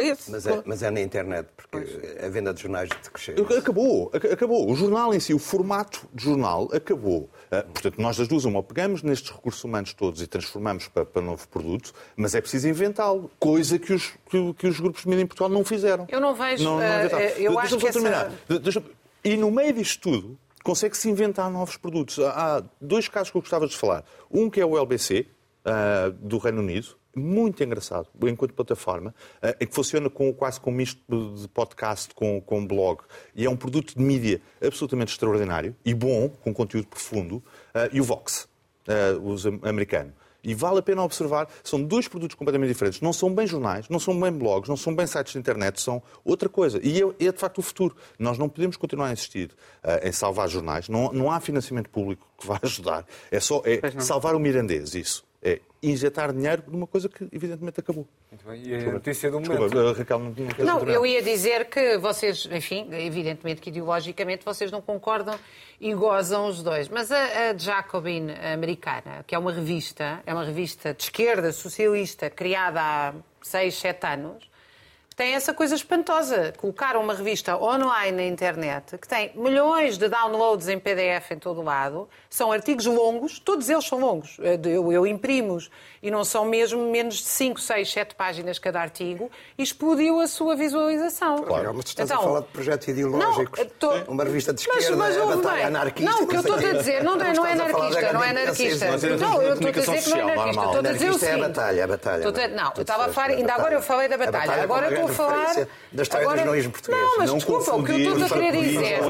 é, mas é na internet, porque pois. a venda de jornais decresceu. Acabou, acabou. O jornal em si, o formato de jornal acabou. Uh, portanto, nós das duas, uma, pegamos nestes recursos humanos todos e transformamos para, para novo produto, mas é preciso inventá-lo. Coisa que os, que, que os grupos de mídia em Portugal não fizeram. Eu não vejo... Não, não uh, eu Deixa-me acho só que terminar. essa... Deixa... E no meio disto tudo, consegue-se inventar novos produtos. Há dois casos que eu gostava de falar. Um que é o L B C, uh, do Reino Unido, muito engraçado, enquanto plataforma, uh, que funciona com, quase com um misto de podcast com, com blog. E é um produto de mídia absolutamente extraordinário e bom, com conteúdo profundo. Uh, e o Vox, uh, os americano. E vale a pena observar, são dois produtos completamente diferentes. Não são bem jornais, não são bem blogs, não são bem sites de internet, são outra coisa. E é, é de facto o futuro. Nós não podemos continuar a insistir uh, em salvar jornais. Não, não há financiamento público que vá ajudar. É só é salvar o mirandês, isso. É injetar dinheiro numa coisa que, evidentemente, acabou. Muito bem. E a notícia do momento? Desculpa, Raquel, não, não, não eu ia dizer que vocês, enfim, evidentemente que ideologicamente vocês não concordam e gozam os dois. Mas a, a Jacobin americana, que é uma revista, é uma revista de esquerda, socialista, criada há seis, sete anos, tem essa coisa espantosa. Colocaram uma revista online na internet que tem milhões de downloads em P D F em todo o lado. São artigos longos, todos eles são longos. Eu, eu imprimo-os e não são mesmo menos de cinco, seis, sete páginas cada artigo e explodiu a sua visualização. Claro, mas tu estás então, a falar de projetos ideológicos. Não, tô... Uma revista de esquerda, mas, mas, a batalha bem. anarquista. Não, o que eu estou a dizer não, não, não é anarquista, não é anarquista. Não, eu estou a dizer que não é anarquista. Estou a dizer o seguinte. É a batalha, a batalha. Não, eu estava a falar, ainda agora eu falei da batalha. Agora eu estou a falar da história dos jornalismo português. Não, mas desculpa, o que eu estou a querer dizer,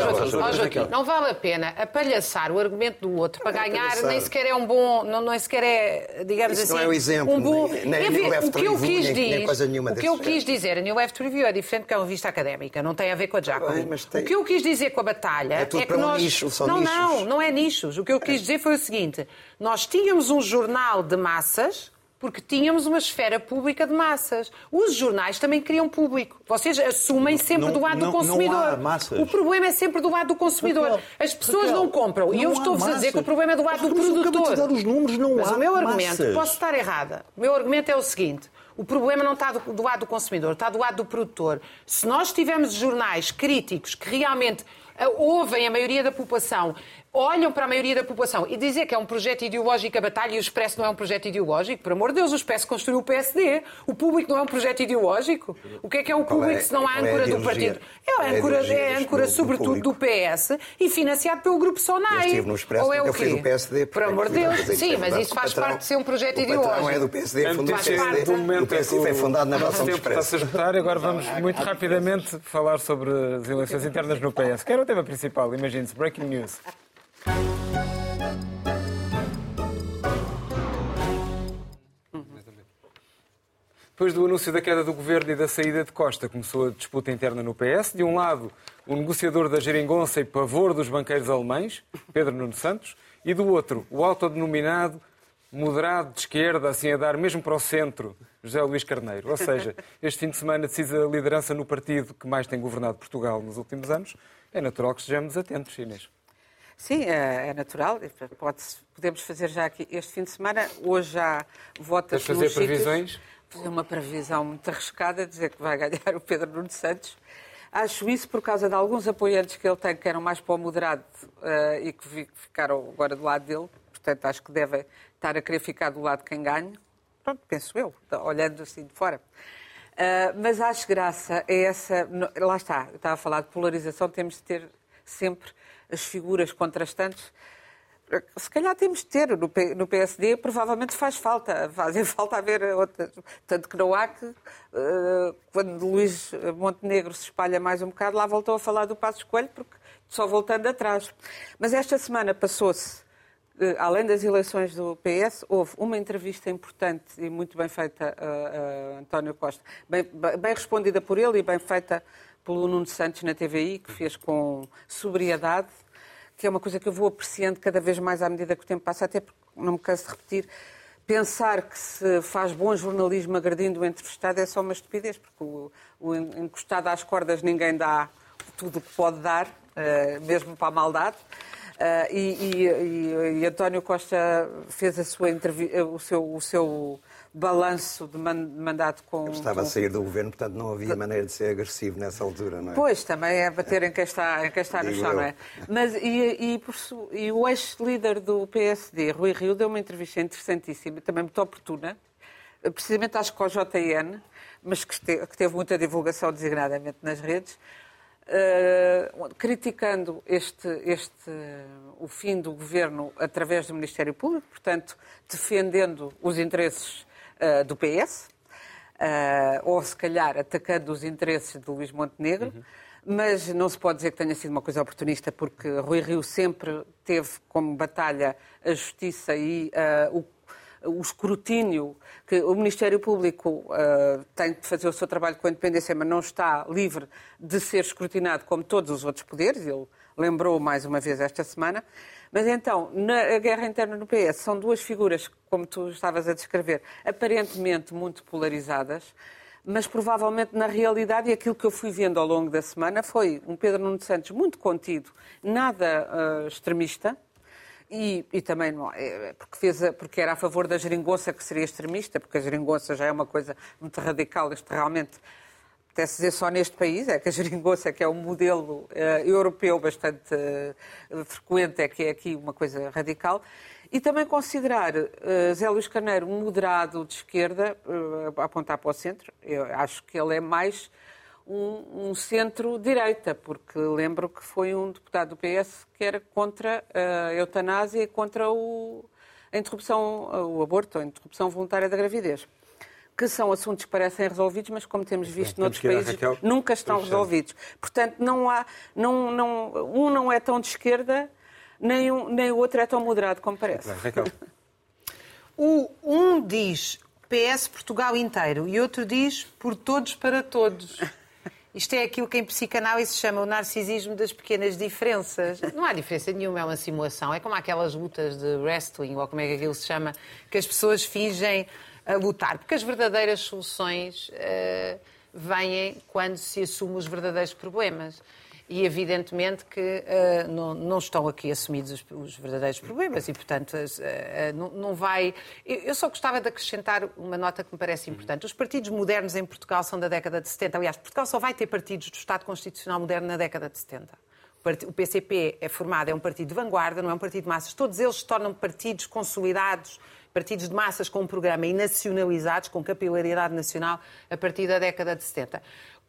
ó Joaquim, não vale a pena apalhaçar o argumento do outro para ganhar, nem sequer é um bom, não sequer é, digamos assim, não é o exemplo, um bom... Nem, nem o que eu quis dizer, o que eu quis dizer, a New Left Review é diferente porque é uma revista académica, não tem a ver com a Jacobin. Tem... O que eu quis dizer com a batalha é, é que nós... Um nicho, são não, nichos. não, não é nichos. O que eu quis dizer foi o seguinte, nós tínhamos um jornal de massas porque tínhamos uma esfera pública de massas. Os jornais também criam público. Vocês assumem sempre não, do lado não, do consumidor. Não há massas. O problema é sempre do lado do consumidor. Raquel, As pessoas Raquel, não compram. E eu estou-vos a dizer que o problema é do lado do produtor. De dar os números, não Mas há o meu argumento, massas. posso estar errada, o meu argumento é o seguinte. O problema não está do, do lado do consumidor, está do lado do produtor. Se nós tivermos jornais críticos que realmente ouvem a maioria da população, olham para a maioria da população e dizer que é um projeto ideológico a batalha e o Expresso não é um projeto ideológico, por amor de Deus, o Expresso construiu o P S D. O público não é um projeto ideológico? O que é que é o público é, se não há âncora é do partido? É a âncora, é a âncora do, sobretudo, do, do P S e financiado pelo Grupo Sonai. Eu estive no Expresso, ou é o quê? Do P S D. Por amor de Deus. Sim, mas isso faz parte de ser um projeto ideológico. Não é do P S D, é fundado O P S D foi fundado na relação do Expresso. Está-se a esgotar e agora vamos muito rapidamente falar sobre as eleições internas no P S. Que era o tema principal, imagine-se, breaking news. Depois do anúncio da queda do governo e da saída de Costa, começou a disputa interna no P S. De um lado, o negociador da geringonça e pavor dos banqueiros alemães, Pedro Nuno Santos, e do outro, o autodenominado moderado de esquerda, assim a dar mesmo para o centro, José Luís Carneiro. Ou seja, este fim de semana decide a liderança no partido que mais tem governado Portugal nos últimos anos. É natural que estejamos atentos, Inês. Sim, é natural. Pode, podemos fazer já aqui este fim de semana. Hoje já vota-se fazer nos previsões? Sítios. Fazer uma previsão muito arriscada, dizer que vai ganhar o Pedro Nuno Santos. Acho isso por causa de alguns apoiantes que ele tem, que eram mais para o moderado uh, e que ficaram agora do lado dele. Portanto, acho que devem estar a querer ficar do lado de quem ganha. Pronto, penso eu, olhando assim de fora. Uh, mas acho graça é essa... Lá está, eu estava a falar de polarização, temos de ter sempre as figuras contrastantes. Se calhar temos de ter. No, P, no P S D provavelmente faz falta. Fazem falta haver outras. Tanto que não há que, uh, quando Luís Montenegro se espalha mais um bocado, lá voltou a falar do Passos Coelho, porque só voltando atrás. Mas esta semana passou-se, uh, além das eleições do P S, houve uma entrevista importante e muito bem feita a, a António Costa. Bem, bem respondida por ele e bem feita pelo Nuno Santos na T V I, que fez com sobriedade, que é uma coisa que eu vou apreciando cada vez mais à medida que o tempo passa, até porque não me canso de repetir, pensar que se faz bom jornalismo agredindo o entrevistado é só uma estupidez, porque o, o encostado às cordas ninguém dá tudo o que pode dar, uh, mesmo para a maldade. Uh, e, e, e, e António Costa fez a sua entrevista, o seu, o seu balanço de mandato com... Estava com... a sair do governo, portanto não havia maneira de ser agressivo nessa altura, não é? Pois, também é bater em quem está, em quem está no chão, não é? Mas, e, e, e o ex-líder do P S D, Rui Rio, deu uma entrevista interessantíssima, também muito oportuna, precisamente acho que ao J N, mas que teve, que teve muita divulgação designadamente nas redes, uh, criticando este, este, o fim do governo através do Ministério Público, portanto, defendendo os interesses uh, do P S, uh, ou se calhar atacando os interesses de Luís Montenegro, uhum. Mas não se pode dizer que tenha sido uma coisa oportunista, porque Rui Rio sempre teve como batalha a justiça e uh, o o escrutínio, que o Ministério Público uh, tem de fazer o seu trabalho com independência, mas não está livre de ser escrutinado como todos os outros poderes. Ele lembrou mais uma vez esta semana. Mas então, na guerra interna no P S, são duas figuras, como tu estavas a descrever, aparentemente muito polarizadas, mas provavelmente na realidade, e aquilo que eu fui vendo ao longo da semana, foi um Pedro Nuno Santos muito contido, nada uh, extremista. E, e também não, é, porque, fez a, porque era a favor da geringonça, que seria extremista, porque a geringonça já é uma coisa muito radical, isto realmente apetece dizer só neste país, é que a geringonça, que é um modelo uh, europeu bastante uh, frequente, é que é aqui uma coisa radical. E também considerar uh, Zé Luís Carneiro um moderado de esquerda, uh, a apontar para o centro. Eu acho que ele é mais um, um centro-direita, porque lembro que foi um deputado do P S que era contra a eutanásia e contra o, a interrupção, o aborto, a interrupção voluntária da gravidez. Que são assuntos que parecem resolvidos, mas como temos visto Bem, noutros países, Raquel, nunca estão resolvidos. Portanto, não há, não, não, um não é tão de esquerda, nem, um, nem o outro é tão moderado como parece. Bem, Raquel. O, um diz P S Portugal inteiro e outro diz por todos para todos. Isto é aquilo que em psicanálise se chama o narcisismo das pequenas diferenças. Não há diferença nenhuma, é uma simulação. É como aquelas lutas de wrestling, ou como é que aquilo se chama, que as pessoas fingem a lutar. Porque as verdadeiras soluções uh, vêm quando se assume os verdadeiros problemas. E, evidentemente, que uh, não, não estão aqui assumidos os, os verdadeiros problemas e, portanto, uh, uh, não, não vai... Eu, eu só gostava de acrescentar uma nota que me parece importante. Os partidos modernos em Portugal são da década de setenta. Aliás, Portugal só vai ter partidos do Estado Constitucional moderno na década de setenta. O P C P é formado, é um partido de vanguarda, não é um partido de massas. Todos eles se tornam partidos consolidados, partidos de massas com um programa e nacionalizados, com capilaridade nacional, a partir da década de setenta.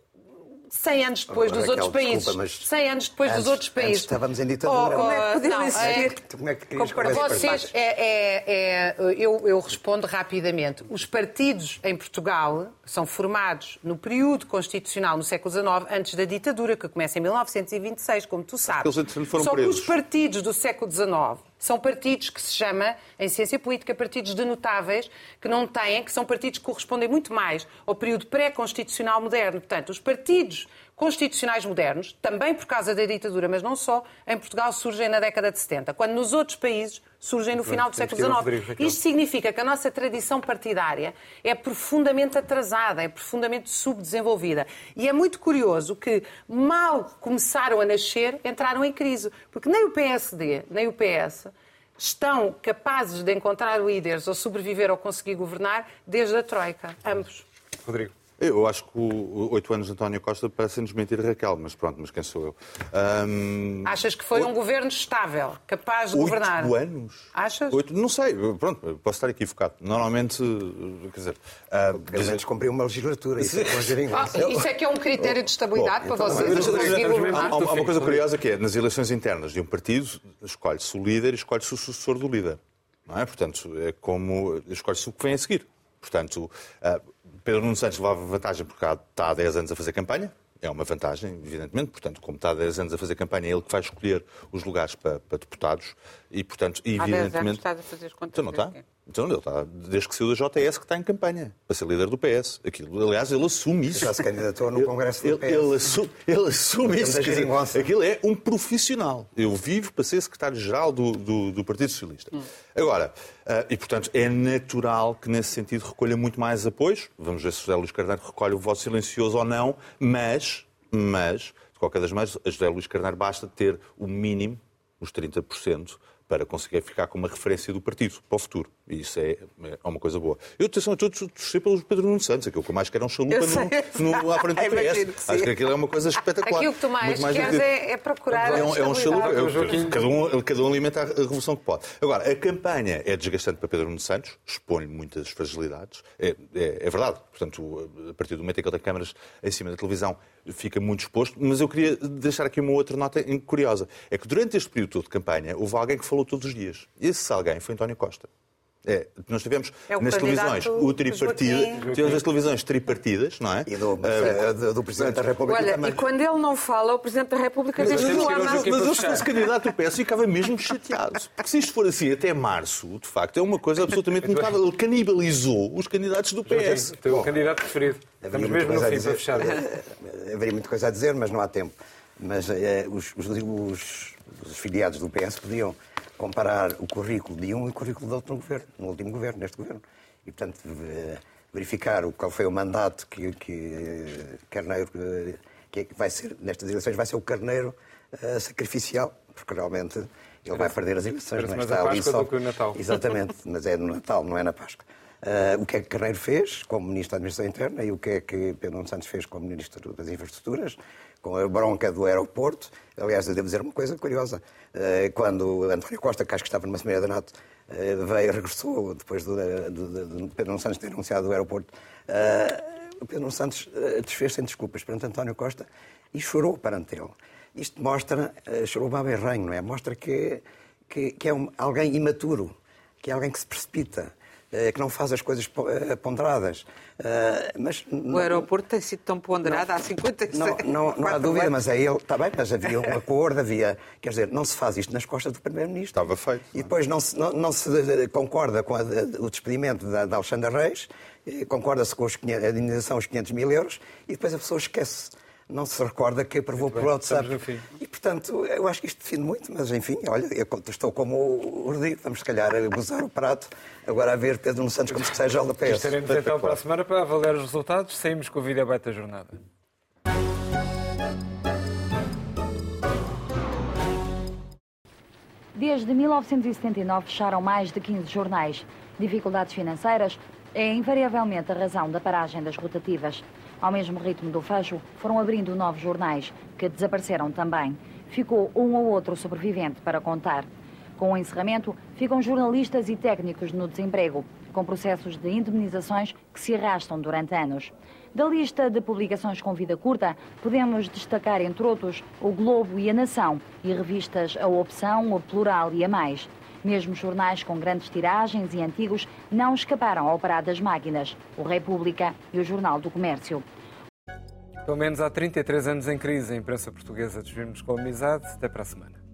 cem anos depois oh, dos Raquel, outros países. Desculpa, mas cem anos depois antes, dos outros países. Estávamos em ditadura. Oh, como é que podiam existir? Como é que querias que vocês, é, é, é, eu, eu respondo rapidamente. Os partidos em Portugal são formados no período constitucional, no século dezenove, antes da ditadura, que começa em mil novecentos e vinte e seis, como tu sabes. Foram Só presos. que os partidos do século dezenove são partidos que se chama, em ciência política, partidos denotáveis, que não têm, que são partidos que correspondem muito mais ao período pré-constitucional moderno. Portanto, os partidos constitucionais modernos, também por causa da ditadura, mas não só, em Portugal surgem na década de setenta, quando nos outros países surgem no final do século dezenove. Isto significa que a nossa tradição partidária é profundamente atrasada, é profundamente subdesenvolvida. E é muito curioso que, mal começaram a nascer, entraram em crise. Porque nem o P S D, nem o P S estão capazes de encontrar líderes ou sobreviver ou conseguir governar desde a Troika. Ambos. Rodrigo. Eu acho que o oito anos de António Costa parecem-nos mentir Raquel, mas pronto, mas quem sou eu? Um... Achas que foi um governo estável, capaz de governar? Oito anos? Achas? Oito... Não sei, pronto, posso estar equivocado. Normalmente, quer dizer... Uh, Pelo menos cumpriu uma legislatura, isso é, ah, isso é que é um critério de estabilidade oh, para então, vocês conseguirem governar? Há, há uma coisa curiosa que é, nas eleições internas de um partido, escolhe-se o líder e escolhe-se o sucessor do líder. Não é? Portanto, é como escolhe-se o que vem a seguir. Portanto... Uh, Pedro Nuno Santos levava vantagem porque está há dez anos a fazer campanha. É uma vantagem, evidentemente. Portanto, como está há dez anos a fazer campanha, é ele que vai escolher os lugares para, para deputados. E, portanto, evidentemente... Há dez anos estás a fazer as contas. Então não está. Então ele está, desde que saiu da J S, que está em campanha para ser líder do P S. Aquilo, aliás, ele assume isso. Já se candidatou no Congresso do ele, P S. Ele assume, ele assume isso. Dizer, aquilo é um profissional. Eu vivo para ser secretário-geral do, do, do Partido Socialista. Hum. Agora, uh, e portanto, é natural que nesse sentido recolha muito mais apoios. Vamos ver se José Luís Carneiro recolhe o voto silencioso ou não, mas, mas de qualquer das maneiras, a José Luís Carneiro basta ter o mínimo, os trinta por cento, para conseguir ficar com uma referência do partido para o futuro. E isso é, é uma coisa boa. Eu, atenção, eu estou a torcer pelo Pedro Nuno Santos, aquilo que eu mais quero é um chalupa no, no, à frente do P S. Que Acho que aquilo é uma coisa espetacular. Aquilo que tu mais, mais queres é, é procurar é um, a é um chalupa, é, cada, um, cada um alimenta a revolução que pode. Agora, a campanha é desgastante para Pedro Nuno Santos, expõe-lhe muitas fragilidades. É, é, é verdade. Portanto, a partir do momento em que ele tem câmaras em cima da televisão, fica muito exposto. Mas eu queria deixar aqui uma outra nota curiosa. É que durante este período todo de campanha, houve alguém que falou todos os dias. Esse alguém foi António Costa. É, nós tivemos é nas televisões o tripartido, tivemos as televisões tripartidas, não é? E do, uh, do, do Presidente da República Olha, também. E quando ele não fala, o Presidente da República diz que não há Mas eu, se fosse candidato do P S, ficava mesmo chateado. Porque se isto for assim até março, de facto, é uma coisa absolutamente notável. Ele canibalizou os candidatos do P S. O teu candidato preferido. Estamos mesmo no fim para fechar. Haveria muita coisa a dizer, mas não há tempo. Mas eh, os, os, os, os filiados do P S podiam comparar o currículo de um e o currículo de outro no governo, no último governo, neste governo. E, portanto, verificar qual foi o mandato que, que Carneiro, que vai ser, nestas eleições, vai ser o Carneiro uh, sacrificial, porque realmente ele parece, vai perder as eleições. Não é? Mais Está ali Páscoa só... do que o Natal. Exatamente, mas é no Natal, não é na Páscoa. Uh, o que é que Carneiro fez como Ministro da Administração Interna e o que é que Pedro Nuno Santos fez como Ministro das Infraestruturas, com a bronca do aeroporto. Aliás, eu devo dizer uma coisa curiosa. Uh, quando António Costa, que acho que estava numa semana de nato, uh, veio, regressou depois do, do, do, do Pedro Nuno Santos ter anunciado o aeroporto, uh, o Pedro Nuno Santos uh, desfez-se em desculpas perante António Costa e chorou perante ele. Isto mostra, uh, chorou baba e ranho, não é? Mostra que, que, que é um, alguém imaturo, que é alguém que se precipita, que não faz as coisas ponderadas. Mas, o aeroporto tem sido tão ponderado há cinquenta e seis... Não, não, não há dúvida, mas é ele... Está bem, mas havia um acordo, havia... Quer dizer, não se faz isto nas costas do Primeiro-Ministro. Estava feito. E depois não se, não, não se concorda com a, o despedimento da, da Alexandra Reis, concorda-se com os quinhentos, a indenização aos quinhentos mil euros, e depois a pessoa esquece. Não se recorda que aprovou por WhatsApp. E, portanto, eu acho que isto define muito, mas, enfim, olha, eu estou como urdido. Vamos, se calhar, gozar o prato. Agora a ver Pedro Nuno Santos como se seja o da P S. Estaremos então para a semana para avaliar os resultados. Saímos com o vídeo aberto da jornada. Desde mil novecentos e setenta e nove fecharam mais de quinze jornais. Dificuldades financeiras é invariavelmente a razão da paragem das rotativas. Ao mesmo ritmo do fecho, foram abrindo novos jornais, que desapareceram também. Ficou um ou outro sobrevivente para contar. Com o encerramento, ficam jornalistas e técnicos no desemprego, com processos de indemnizações que se arrastam durante anos. Da lista de publicações com vida curta, podemos destacar, entre outros, o Globo e a Nação, e revistas A Opção, o Plural e a Mais. Mesmo jornais com grandes tiragens e antigos não escaparam ao parar das máquinas, o República e o Jornal do Comércio. Pelo menos há trinta e três anos em crise, a imprensa portuguesa desvimos com amizade. Até para a semana.